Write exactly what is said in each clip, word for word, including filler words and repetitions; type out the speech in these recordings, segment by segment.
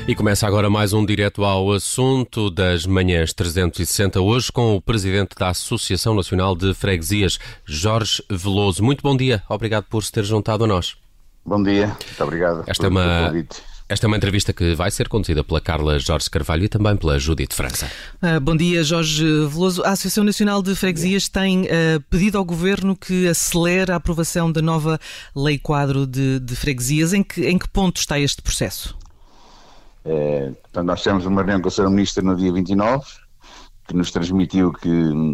E começa agora mais um direto ao assunto das manhãs trezentos e sessenta, hoje com o Presidente da Associação Nacional de Freguesias, Jorge Veloso. Muito bom dia, obrigado por se ter juntado a nós. Bom dia, muito obrigado esta pelo é uma... convite. Esta é uma entrevista que vai ser conduzida pela Carla Jorge Carvalho e também pela Judite França. Uh, bom dia, Jorge Veloso. A Associação Nacional de Freguesias tem uh, pedido ao Governo que acelere a aprovação da nova Lei Quadro de, de Freguesias. Em que, em que ponto está este processo? É, portanto, nós tivemos uma reunião com o senhor Ministro no dia vinte e nove, que nos transmitiu que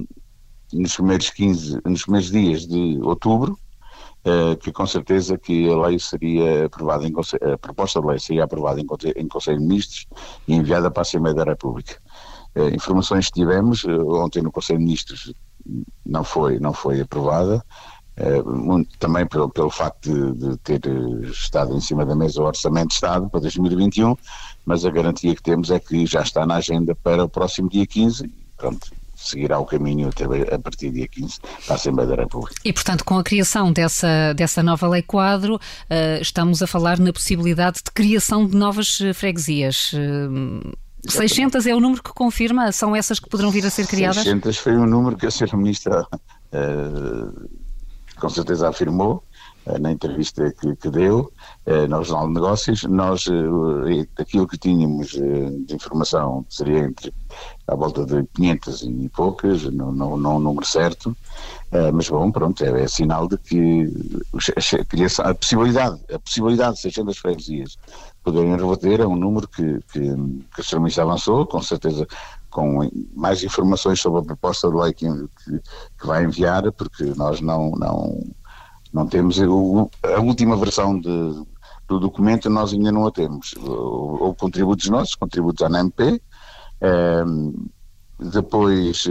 nos primeiros quinze, nos primeiros dias de outubro, Uh, que com certeza que a lei seria aprovada, em, a proposta de lei seria aprovada em, em Conselho de Ministros e enviada para a Assembleia da República. Uh, informações que tivemos, uh, ontem no Conselho de Ministros não foi, não foi aprovada, uh, muito, também pelo, pelo facto de, de ter estado em cima da mesa o Orçamento de Estado para dois mil e vinte e um, mas a garantia que temos é que já está na agenda para o próximo dia quinze, e pronto, seguirá o caminho até a partir do dia quinze para a Assembleia da República. E, portanto, com a criação dessa, dessa nova Lei Quadro, uh, estamos a falar na possibilidade de criação de novas freguesias. Uh, seiscentas é o número que confirma? São essas que poderão vir a ser criadas? seiscentas foi um número que a senhora Ministra uh, com certeza afirmou uh, na entrevista que, que deu uh, no Jornal de Negócios. Nós, uh, aquilo que tínhamos uh, de informação seria entre à volta de quinhentas e poucas, não, não, não um número certo, uh, mas bom, pronto, é, é sinal de que a, a possibilidade, a possibilidade de seiscentas freguesias poderem reverter é um número que, que, que a senhora Ministra avançou, com certeza com mais informações sobre a proposta de lei que, que, que vai enviar, porque nós não, não, não temos o, a última versão de, do documento, nós ainda não a temos. Houve contributos nossos, contributos à N M P. Uh, depois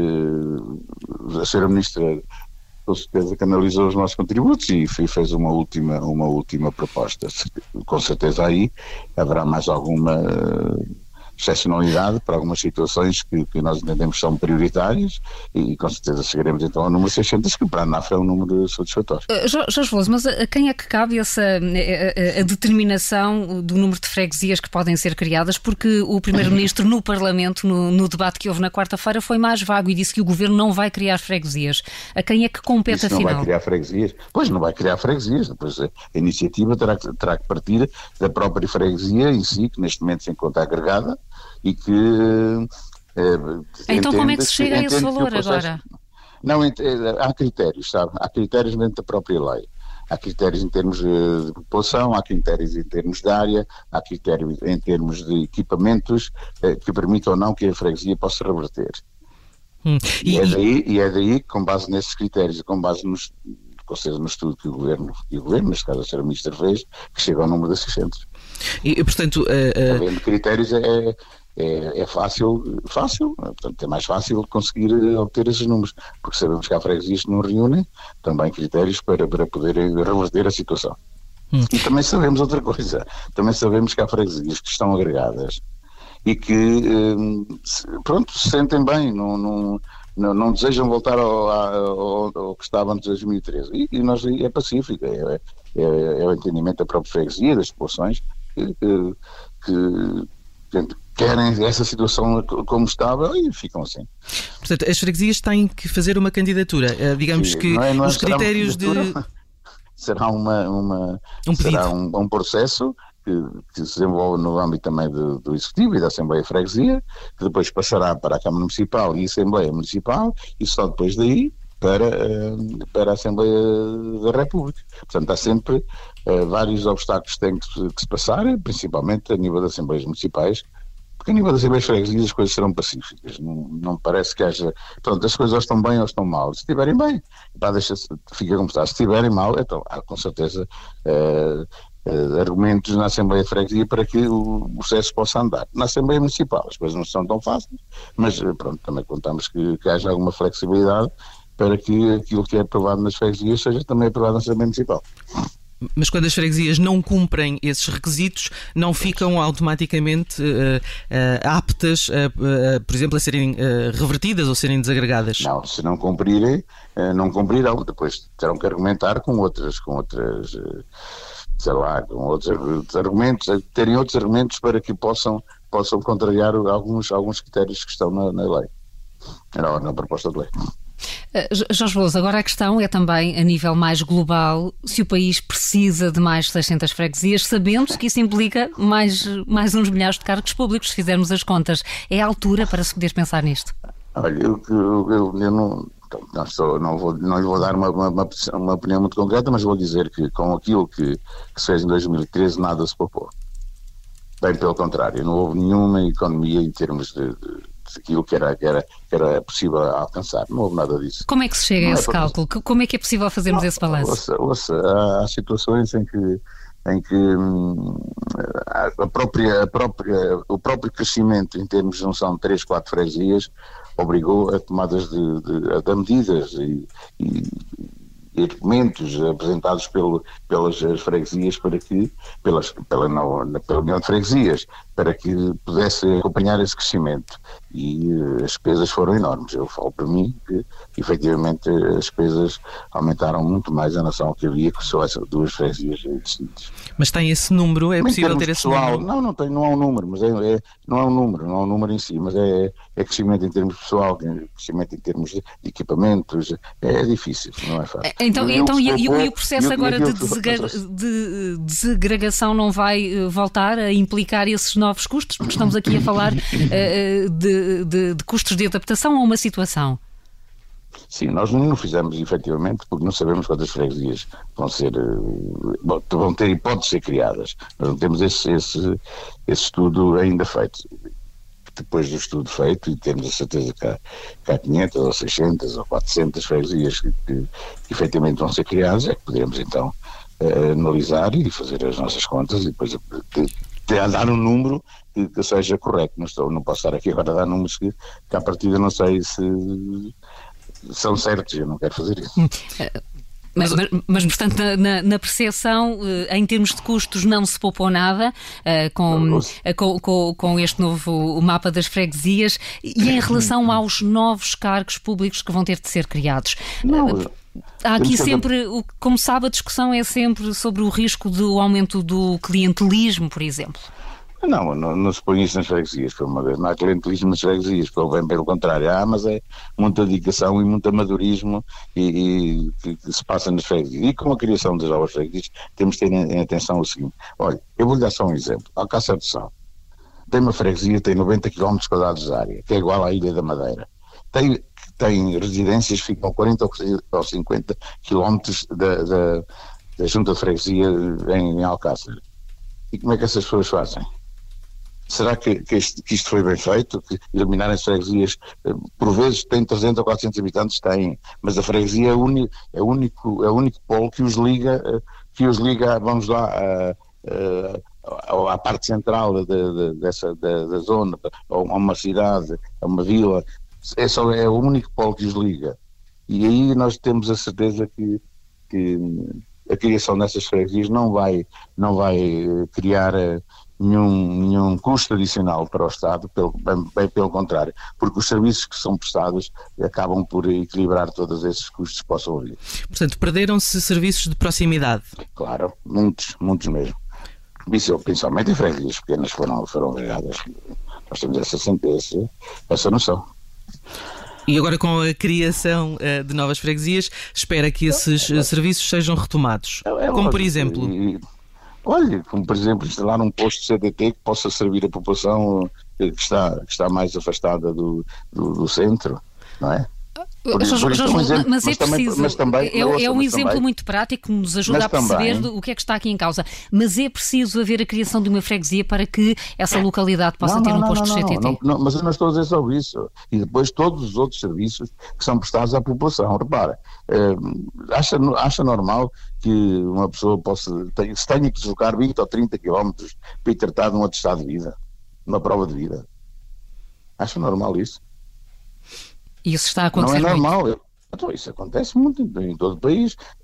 uh, a senhora Ministra com certeza canalizou os nossos contributos e fez uma última, uma última proposta. Com certeza aí haverá mais alguma uh, excepcionalidade para algumas situações que, que nós entendemos são prioritárias e com certeza chegaremos então ao número seiscentas, que para a ANAF é um número satisfatório. Uh, Jorge Veloso, mas a quem é que cabe essa a, a, a determinação do número de freguesias que podem ser criadas? Porque o Primeiro-Ministro no Parlamento, no, no debate que houve na quarta-feira, foi mais vago e disse que o Governo não vai criar freguesias. A quem é que compete Isso afinal? Não vai criar freguesias? Pois não vai criar freguesias, depois a iniciativa terá que, terá que partir da própria freguesia em si, que neste momento se encontra agregada, e que... Eh, então como é que se chega a esse valor processo, agora? Não, há critérios, sabe? Há critérios dentro da própria lei. Há critérios em termos de população, há critérios em termos de área, há critérios em termos de equipamentos eh, que permitam ou não que a freguesia possa reverter. Hum, e, e, é daí, e é daí que, com base nesses critérios e com base nos, ou seja, no estudo que o Governo, e o Governo, neste caso a senhora Ministra fez, que chega ao número de seiscentos. E, portanto... Uh, uh... Havendo critérios é... É, é fácil, fácil, portanto é mais fácil conseguir obter esses números, porque sabemos que há freguesias que não reúnem também critérios para, para poder reverter a situação. Hum. E também sabemos outra coisa, também sabemos que há freguesias que estão agregadas e que, pronto, se sentem bem, não, não, não, não desejam voltar ao, ao, ao que estava antes de dois mil e treze. E, e nós, é pacífico, é, é, é o entendimento da própria freguesia, das populações, que, que, que querem essa situação como estava e ficam assim. Portanto, as freguesias têm que fazer uma candidatura. Uh, digamos Sim, que não é, não é, os critérios de... Será, uma, uma, um, será um, um processo que, que se desenvolve no âmbito também do, do Executivo e da Assembleia de Freguesia, que depois passará para a Câmara Municipal e a Assembleia Municipal e só depois daí para, uh, para a Assembleia da República. Portanto, há sempre uh, vários obstáculos que têm que, que se passar, principalmente a nível das Assembleias Municipais, porque a nível das Assembleias Freguesias as coisas serão pacíficas, não, não parece que haja, pronto, as coisas ou estão bem ou estão mal. Se estiverem bem, pá, deixa, fica como está. Se estiverem mal, então há com certeza uh, uh, argumentos na Assembleia de Freguesia para que o, o processo possa andar. Na Assembleia Municipal as coisas não são tão fáceis, mas pronto, também contamos que, que haja alguma flexibilidade para que aquilo que é aprovado nas freguesias seja também aprovado na Assembleia Municipal. Mas quando as freguesias não cumprem esses requisitos, não ficam automaticamente uh, uh, aptas, uh, uh, por exemplo, a serem uh, revertidas ou serem desagregadas? Não, se não cumprirem, uh, não cumprirão. Depois terão que argumentar com outras, com outras uh, sei lá, com outros, outros argumentos, terem outros argumentos para que possam, possam contrariar alguns, alguns critérios que estão na, na lei, na, na proposta de lei. Uh, Jorge Veloso, agora a questão é também, a nível mais global, se o país precisa de mais seiscentas freguesias, sabendo que isso implica mais, mais uns milhares de cargos públicos, se fizermos as contas. É a altura para se poder pensar nisto? Olha, eu, eu, eu, eu não, não, estou, não, vou, não lhe vou dar uma, uma, uma opinião muito concreta, mas vou dizer que com aquilo que, que se fez em dois mil e treze nada se poupou. Bem pelo contrário, não houve nenhuma economia em termos de, de aquilo que era, que, era, que era possível alcançar. Não houve nada disso. Como é que se chega não a esse é cálculo? Como é que é possível fazermos não, esse balanço? Ouça, ouça, há, há situações em que, em que hum, a própria, a própria, o próprio crescimento em termos de junção de três, quatro freguesias obrigou a tomadas de, de, de medidas e, e e documentos apresentados pelo, pelas freguesias para que, pelas, pela, não, pela União de Freguesias, para que pudesse acompanhar esse crescimento. E uh, as despesas foram enormes. Eu falo para mim que, efetivamente, as despesas aumentaram muito mais em relação ao que havia, que só essas duas freguesias distintas. Mas tem esse número? É mas possível ter esse pessoal, número? Não, não, tem, não há um número, mas é, é, não há um número, não há um número em si, mas é, é crescimento em termos pessoal, crescimento em termos de equipamentos, é, é difícil, não é fácil. Então, e, então, e, e, pouco, e o processo e, agora e de, desagre... de desagregação não vai voltar a implicar esses novos custos? Porque estamos aqui a falar uh, de, de, de custos de adaptação a uma situação. Sim, nós não o fizemos efetivamente porque não sabemos quantas freguesias vão ser, vão ter hipóteses de ser criadas. Nós não temos esse, esse, esse estudo ainda feito. Depois do estudo feito e temos a certeza que há, que há quinhentas ou seiscentas ou quatrocentas freguesias que, que, que efetivamente vão ser criadas, é que poderemos então uh, analisar e fazer as nossas contas e depois de, de dar um número que, que seja correto. Não, estou, não posso estar aqui agora a dar números que, que à partida não sei se são certos, eu não quero fazer isso. Mas, mas, mas, portanto, na, na percepção, em termos de custos, não se poupou nada uh, com, uh, com, com, com este novo mapa das freguesias. E em relação aos novos cargos públicos que vão ter de ser criados? Não, uh, há aqui sempre, como sabe, a discussão é sempre sobre o risco do aumento do clientelismo, por exemplo. Não, não, não se põe isso nas freguesias, por uma vez. Não há clientelismo nas freguesias, bem pelo contrário. Há, mas é muita dedicação e muito amadorismo e, e que, que se passa nas freguesias. E com a criação das novas freguesias temos de ter em, em atenção o seguinte. Olha, eu vou-lhe dar só um exemplo. Alcácer do Sal tem uma freguesia que tem noventa quilómetros quadrados de área, que é igual à Ilha da Madeira. Tem, tem residências que ficam a quarenta ou cinquenta quilómetros da, da, da junta de freguesia em, em Alcácer. E como é que essas pessoas fazem? Será que, que, isto, que isto foi bem feito? Que eliminar as freguesias, por vezes tem trezentos ou quatrocentos habitantes, têm, mas a freguesia é o único, é o único, é o único polo que os liga, que os liga, vamos lá, a, a, à parte central de, de, dessa, da, da zona, a uma cidade, a uma vila. É, só, é o único polo que os liga. E aí nós temos a certeza que, que a criação dessas freguesias não vai, não vai criar nenhum, nenhum custo adicional para o Estado, pelo, bem, bem pelo contrário, porque os serviços que são prestados acabam por equilibrar todos esses custos que possam vir. Portanto, perderam-se serviços de proximidade? Claro, muitos, muitos mesmo. Principalmente em freguesias pequenas foram, foram ligadas. Nós temos essa, essa, essa noção. E agora, com a criação uh, de novas freguesias, espera que esses uh, serviços sejam retomados? É, é como lógico, por exemplo? E, olha, como por exemplo instalar um posto de C D T que possa servir a população que está, que está mais afastada do, do, do centro, não é? Por, Jorge, por Jorge, um exemplo, mas, mas é preciso, também, mas também, é, ouça, é um exemplo também, muito prático que nos ajuda a perceber também, o que é que está aqui em causa. Mas é preciso haver a criação de uma freguesia para que essa localidade possa não, ter não, um posto não, de não, C T T? Não, não, mas eu não estou a dizer só isso. E depois todos os outros serviços que são prestados à população. Repara, eh, acha, acha normal que uma pessoa possa, se tenha que deslocar vinte ou trinta quilómetros para ir tratar de um atestado de vida, uma prova de vida? Acha normal isso? Isso está a acontecer Não é normal. muito. Então, isso acontece muito em, em todo o país.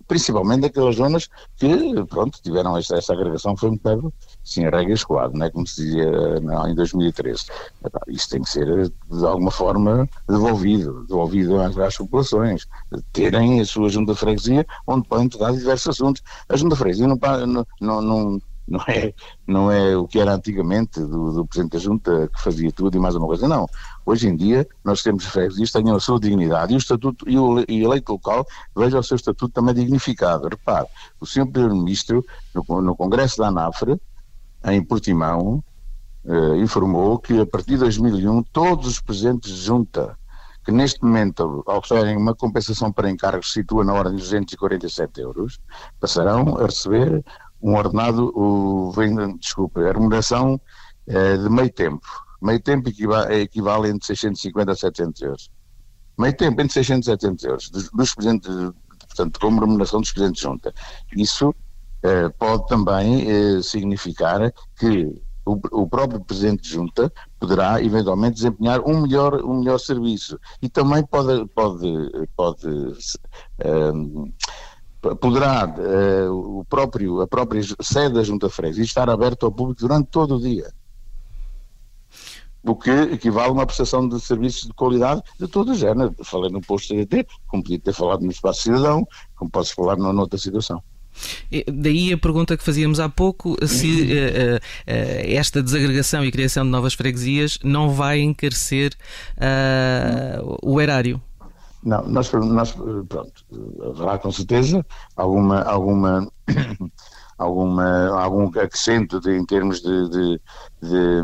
principalmente daquelas zonas que, pronto, tiveram esta, esta agregação, foi um bocado, sim, a regra escoada, não é? Como se dizia não, em dois mil e treze. Epá, isso tem que ser, de alguma forma, devolvido, devolvido às, às populações, terem a sua junta de freguesia, onde podem tratar de diversos assuntos. A junta de freguesia não, não, não, não Não é, não é o que era antigamente do, do Presidente da Junta que fazia tudo e mais uma coisa, não. Hoje em dia nós temos freguesias que tenham a sua dignidade e o estatuto e o, e o eleito local veja o seu estatuto também dignificado. Repare, o senhor Primeiro-Ministro no, no Congresso da ANAFRE, em Portimão, eh, informou que a partir de dois mil e um todos os presidentes de junta que neste momento oferem uma compensação para encargos que se situa na ordem de duzentos e quarenta e sete euros, passarão a receber um ordenado, o, vem, desculpa, a remuneração eh, de meio tempo. Meio tempo equivale, é equivale entre seiscentos e cinquenta a setecentos euros. Meio tempo entre seiscentos e setecentos euros, dos, dos presidentes, portanto, como remuneração dos presidentes de junta. Isso eh, pode também eh, significar que o, o próprio presidente de junta poderá eventualmente desempenhar um melhor, um melhor serviço. E também pode, pode, pode um, poderá uh, o próprio, a própria sede da Junta de Freguesia estar aberta ao público durante todo o dia. O que equivale a uma prestação de serviços de qualidade de todo o género. Falei no posto C D T, como podia ter falado no espaço cidadão, como posso falar noutra situação. Daí a pergunta que fazíamos há pouco, se uh, uh, esta desagregação e criação de novas freguesias não vai encarecer uh, o erário. Não, nós, nós, pronto, haverá com certeza alguma, alguma, alguma, algum acrescento de, em termos de, de, de,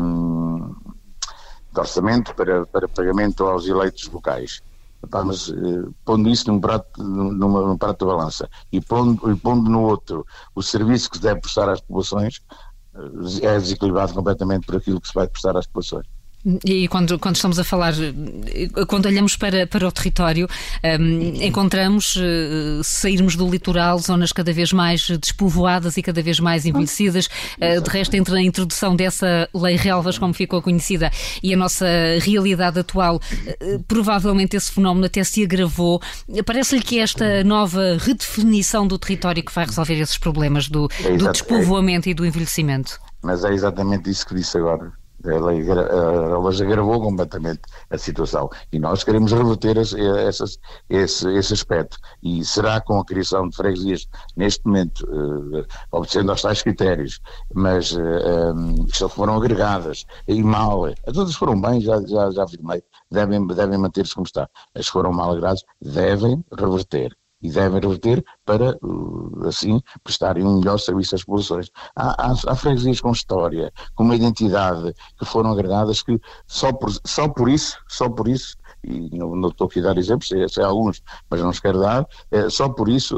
de orçamento para, para pagamento aos eleitos locais. Mas pondo isso num prato, numa, num prato de balança e pondo, e pondo no outro o serviço que se deve prestar às populações, é desequilibrado completamente por aquilo que se vai prestar às populações. E quando, quando estamos a falar, quando olhamos para, para o território, um, encontramos, uh, sairmos do litoral, zonas cada vez mais despovoadas e cada vez mais envelhecidas. Uh, de resto, entre a introdução dessa Lei Relvas, como ficou conhecida, e a nossa realidade atual, uh, provavelmente esse fenómeno até se agravou. Parece-lhe que esta nova redefinição do território que vai resolver esses problemas do, do despovoamento e do envelhecimento? Mas é exatamente isso que disse agora. A lei Relvas agravou completamente a situação e nós queremos reverter esse, esse, esse, esse aspecto, e será com a criação de freguesias neste momento, uh, obedecendo aos tais critérios, mas uh, um, que só foram agregadas e mal, todas foram bem, já, já, já afirmei, devem, devem manter-se como está. As que foram mal agregadas devem reverter. E devem reverter para, assim, prestarem um melhor serviço às populações. Há, há, há freguesias com história, com uma identidade, que foram agregadas, que só por, só por isso, só por isso, e não, não estou aqui a dar exemplos, sei, sei alguns, mas não os quero dar, é, só por isso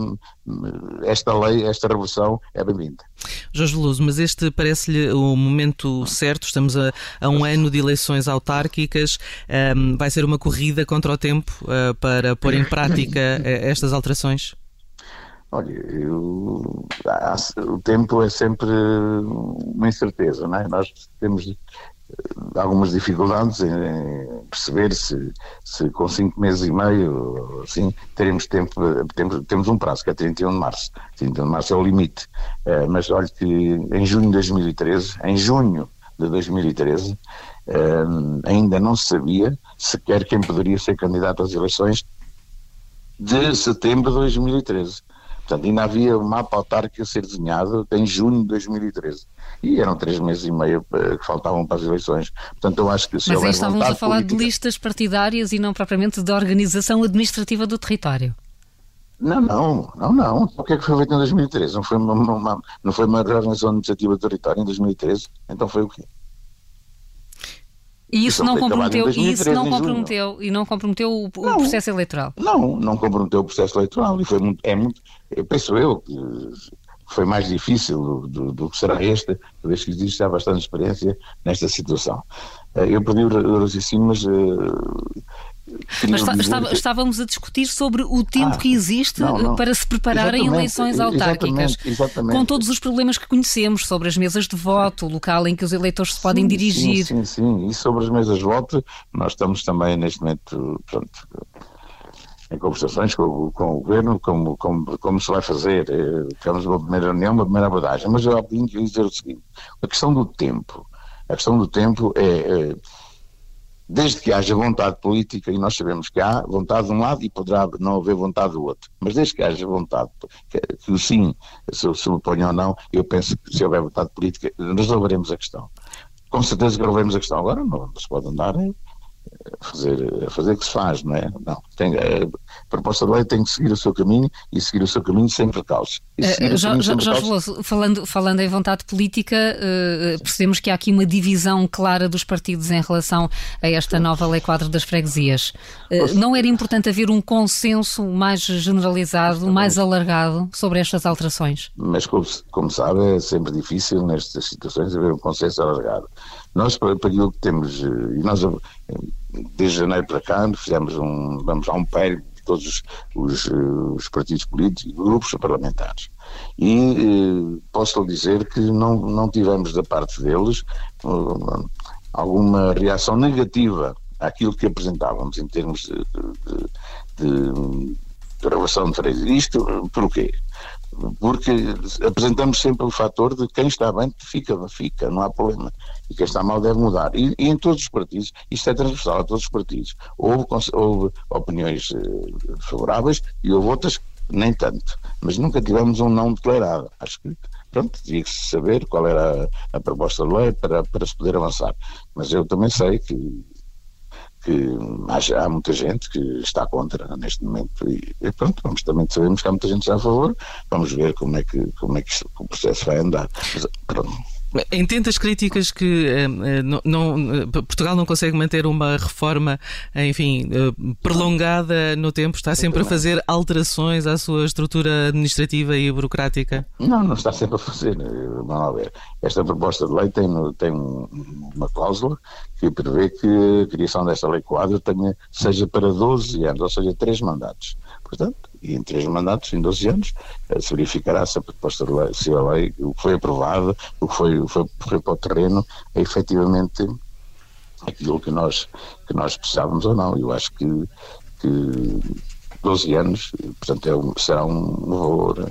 é, esta lei, esta reversão é bem-vinda. Jorge Veloso, mas este parece-lhe o momento certo, estamos a, a um ano de eleições autárquicas, um, vai ser uma corrida contra o tempo uh, para pôr em prática estas alterações? Olha, eu, o tempo é sempre uma incerteza, não é? Nós temos algumas dificuldades em perceber se, se com cinco meses e meio, assim, teremos tempo, temos, temos um prazo, que é trinta e um de março. trinta e um de março é o limite. Uh, mas olha que em junho de dois mil e treze, em junho de dois mil e treze, uh, ainda não se sabia sequer quem poderia ser candidato às eleições de setembro de dois mil e treze. Portanto, ainda havia um mapa autárquico a ser desenhado em junho de dois mil e treze. E eram três meses e meio que faltavam para as eleições. Portanto, eu acho que se Mas aí estávamos a falar política... de listas partidárias e não propriamente de organização administrativa do território. Não, não, não, não. O que é que foi feito em dois mil e treze? Não foi uma, uma, não foi uma reorganização administrativa do território em dois mil e treze? Então foi o quê? E isso, isso não comprometeu, e isso não comprometeu, e não comprometeu o, o não, processo eleitoral? Não, não comprometeu o processo eleitoral, e foi muito, é muito, eu penso eu que foi mais difícil do, do, do que será este, uma vez que existe já bastante experiência nesta situação. Eu perdi o raciocínio, mas... Uh, Mas está, estávamos a discutir sobre o tempo ah, que existe não, não. para se prepararem eleições autárquicas, exatamente, exatamente. com todos os problemas que conhecemos sobre as mesas de voto, o local em que os eleitores se podem sim, dirigir. Sim, sim, sim. E sobre as mesas de voto, nós estamos também neste momento, pronto, em conversações com, com o Governo, como, como, como se vai fazer. Tivemos uma primeira reunião, uma primeira abordagem, mas eu há bocadinho queria dizer o seguinte: a questão do tempo, a questão do tempo é, é, desde que haja vontade política, e nós sabemos que há vontade de um lado e poderá não haver vontade do outro, mas desde que haja vontade, que, que o sim se, se opõe ou não, eu penso que se houver vontade política, resolveremos a questão. Com certeza que resolveremos a questão. Agora não se pode andar a fazer, a fazer o que se faz, não é? Não. Tem, a proposta de lei tem que seguir o seu caminho e seguir o seu caminho sem precauções. Uh, Jorge Veloso, falando, falando em vontade política, uh, percebemos que há aqui uma divisão clara dos partidos em relação a esta nova Lei Quadro das Freguesias. Uh, não era importante haver um consenso mais generalizado, mais alargado sobre estas alterações? Mas, como, como sabe, é sempre difícil nestas situações haver um consenso alargado. Nós, para, para aquilo que temos, e nós desde janeiro para cá fizemos um, vamos a um pé de todos os, os, os partidos políticos e grupos parlamentares. E eh, posso lhe dizer que não, não tivemos da parte deles uh, alguma reação negativa àquilo que apresentávamos em termos de, de, de, de relação de freguesia. Isto porquê? Porque apresentamos sempre o fator de quem está bem fica, fica, não há problema. E quem está mal deve mudar. E, e em todos os partidos, isto é transversal a todos os partidos. Houve, houve opiniões eh, favoráveis e houve outras nem tanto. Mas nunca tivemos um não declarado. Acho que, pronto, tinha que se saber qual era a, a proposta de lei para, para se poder avançar. Mas eu também sei que que há, há muita gente que está contra neste momento e, e pronto, vamos, também sabemos que há muita gente já a favor, vamos ver como é que, como é que isto, o processo vai andar. Mas, pronto. Entende as críticas que eh, não, não, Portugal não consegue manter uma reforma, enfim, eh, prolongada no tempo, está sempre a fazer alterações à sua estrutura administrativa e burocrática? Não, não está sempre a fazer. Vamos lá ver. Esta proposta de lei tem, tem uma cláusula que prevê que a criação desta lei quadro tenha, seja para doze anos, ou seja, três mandatos. Portanto, e em três mandatos, em doze anos, se verificará se a proposta de lei, se a lei, o que foi aprovado, o que foi, foi, foi para o terreno, é efetivamente aquilo que nós, que nós precisávamos ou não. Eu acho que, que doze anos, portanto, é um, será um valor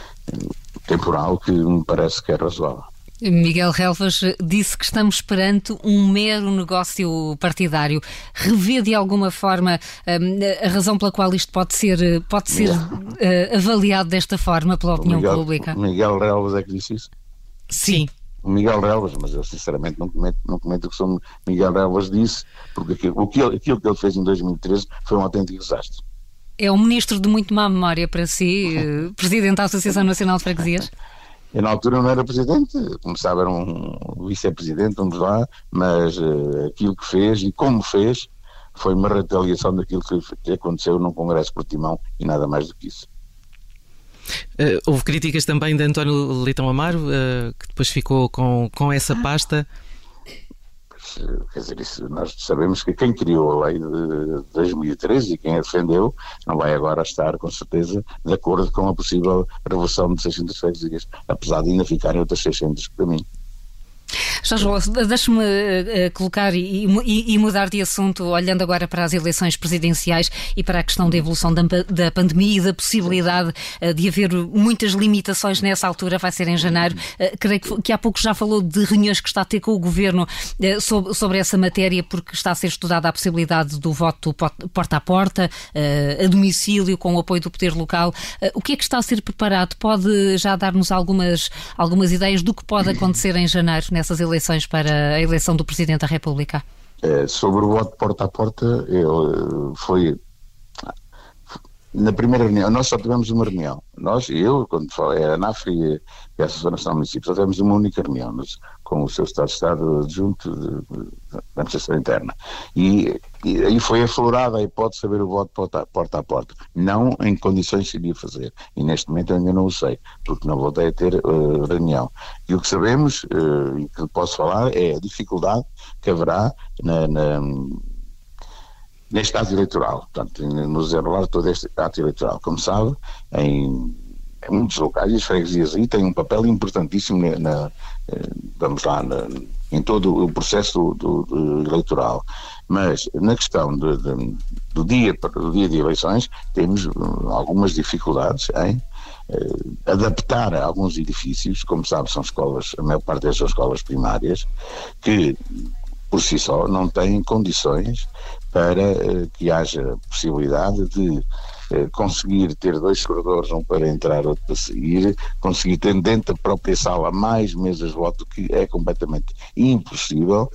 temporal que me parece que é razoável. Miguel Relvas disse que estamos perante um mero negócio partidário. Revê de alguma forma a razão pela qual isto pode ser, pode ser uh, avaliado desta forma pela opinião Miguel, pública? Miguel Relvas é que disse isso? Sim. O Miguel Relvas, mas eu sinceramente não comento, não comento o que o Miguel Relvas disse, porque aquilo, o que ele, aquilo que ele fez em dois mil e treze foi um autêntico desastre. É um ministro de muito má memória para si, uh, Presidente da Associação Nacional de Freguesias? Eu na altura não era presidente, como sabe era um vice-presidente, vamos lá, mas uh, aquilo que fez e como fez foi uma retaliação daquilo que aconteceu num congresso de Portimão e nada mais do que isso. Uh, houve críticas também de António Leitão Amaro, uh, que depois ficou com, com essa pasta. Quer dizer, isso, nós sabemos que quem criou a lei de dois mil e treze e quem a defendeu não vai agora estar, com certeza, de acordo com a possível revolução de seiscentas freguesias, apesar de ainda ficarem outras seiscentas para mim. Jorge Veloso, deixe-me uh, colocar e, e, e mudar de assunto, olhando agora para as eleições presidenciais e para a questão da evolução da, da pandemia e da possibilidade uh, de haver muitas limitações nessa altura, vai ser em janeiro. Uh, creio que, que há pouco já falou de reuniões que está a ter com o Governo uh, sobre, sobre essa matéria, porque está a ser estudada a possibilidade do voto porta a porta, uh, a domicílio, com o apoio do poder local. Uh, o que é que está a ser preparado? Pode já dar-nos algumas, algumas ideias do que pode acontecer em janeiro nessas eleições para a eleição do Presidente da República? É, sobre o voto porta a porta, eu, foi na primeira reunião, nós só tivemos uma reunião, nós e eu, quando falei, a ANAF e a Associação Nacional de Municípios, só tivemos uma única reunião mas, com o seu Estado de Estado adjunto da Administração Interna e, e aí foi aflorada a hipótese de saber o voto porta, porta a porta, não em condições que iria fazer, e neste momento eu ainda não o sei, porque não voltei a ter uh, reunião. E o que sabemos, uh, e que posso falar, é a dificuldade que haverá na, na neste ato eleitoral, portanto, nos desenrolar todo este ato eleitoral. Como sabe, em, muitos locais, e as freguesias aí têm um papel importantíssimo na, na vamos lá, na, em todo o processo do, do eleitoral. Mas na questão de, de, do, dia, do dia de eleições temos algumas dificuldades em eh, adaptar alguns edifícios, como sabe, são escolas, a maior parte delas são escolas primárias, que por si só não têm condições para eh, que haja possibilidade de eh, conseguir ter dois corredores, um para entrar, outro para sair, conseguir ter dentro da própria sala mais mesas de voto, que é completamente impossível,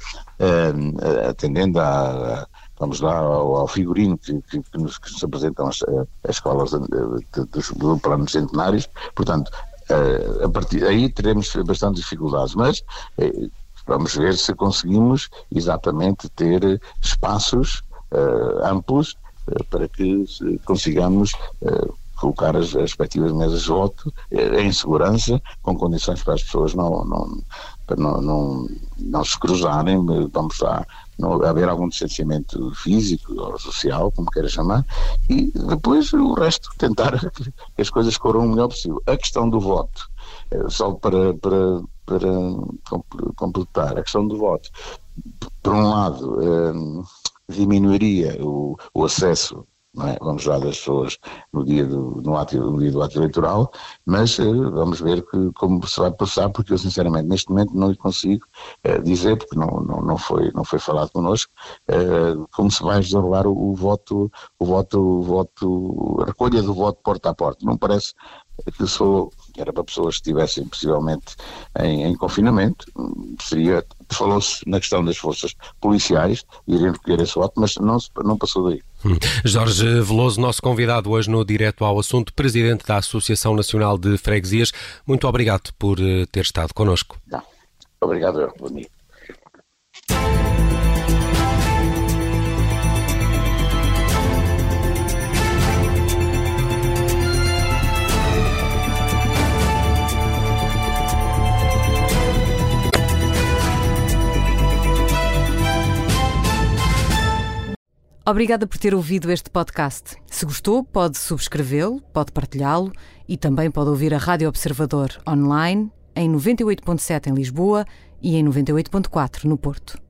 eh, atendendo a, a vamos lá ao, ao figurino que, que, que, nos, que nos apresentam as, as escolas de, de, de, do plano de centenários. Portanto, eh, a partir daí teremos bastantes dificuldades, mas eh, vamos ver se conseguimos exatamente ter espaços uh, amplos uh, para que consigamos uh, colocar as, as respectivas mesas de voto uh, em segurança, com condições para as pessoas não, não, para não, não, não se cruzarem, vamos lá, não haver algum distanciamento físico ou social, como queira chamar, e depois o resto, tentar que as coisas corram o melhor possível. A questão do voto, uh, só para... para para completar a questão do voto, por um lado eh, diminuiria o, o acesso, não é? Vamos lá, das pessoas no dia do, no ato, no dia do ato eleitoral, mas eh, vamos ver que, como se vai passar, porque eu sinceramente neste momento não lhe consigo eh, dizer, porque não, não, não, foi, não foi falado connosco, eh, como se vai desenrolar o, o voto, o voto, o voto, a recolha do voto porta a porta. Não parece que sou, era para pessoas que estivessem possivelmente em, em confinamento, seria, falou-se na questão das forças policiais irem recolher esse voto, mas não, não passou daí. Hum. Jorge Veloso, nosso convidado hoje no Direto ao Assunto, presidente da Associação Nacional de Freguesias, muito obrigado por ter estado connosco. Não. Obrigado, bom dia. Obrigada por ter ouvido este podcast. Se gostou, pode subscrevê-lo, pode partilhá-lo e também pode ouvir a Rádio Observador online em noventa e oito ponto sete em Lisboa e em noventa e oito ponto quatro no Porto.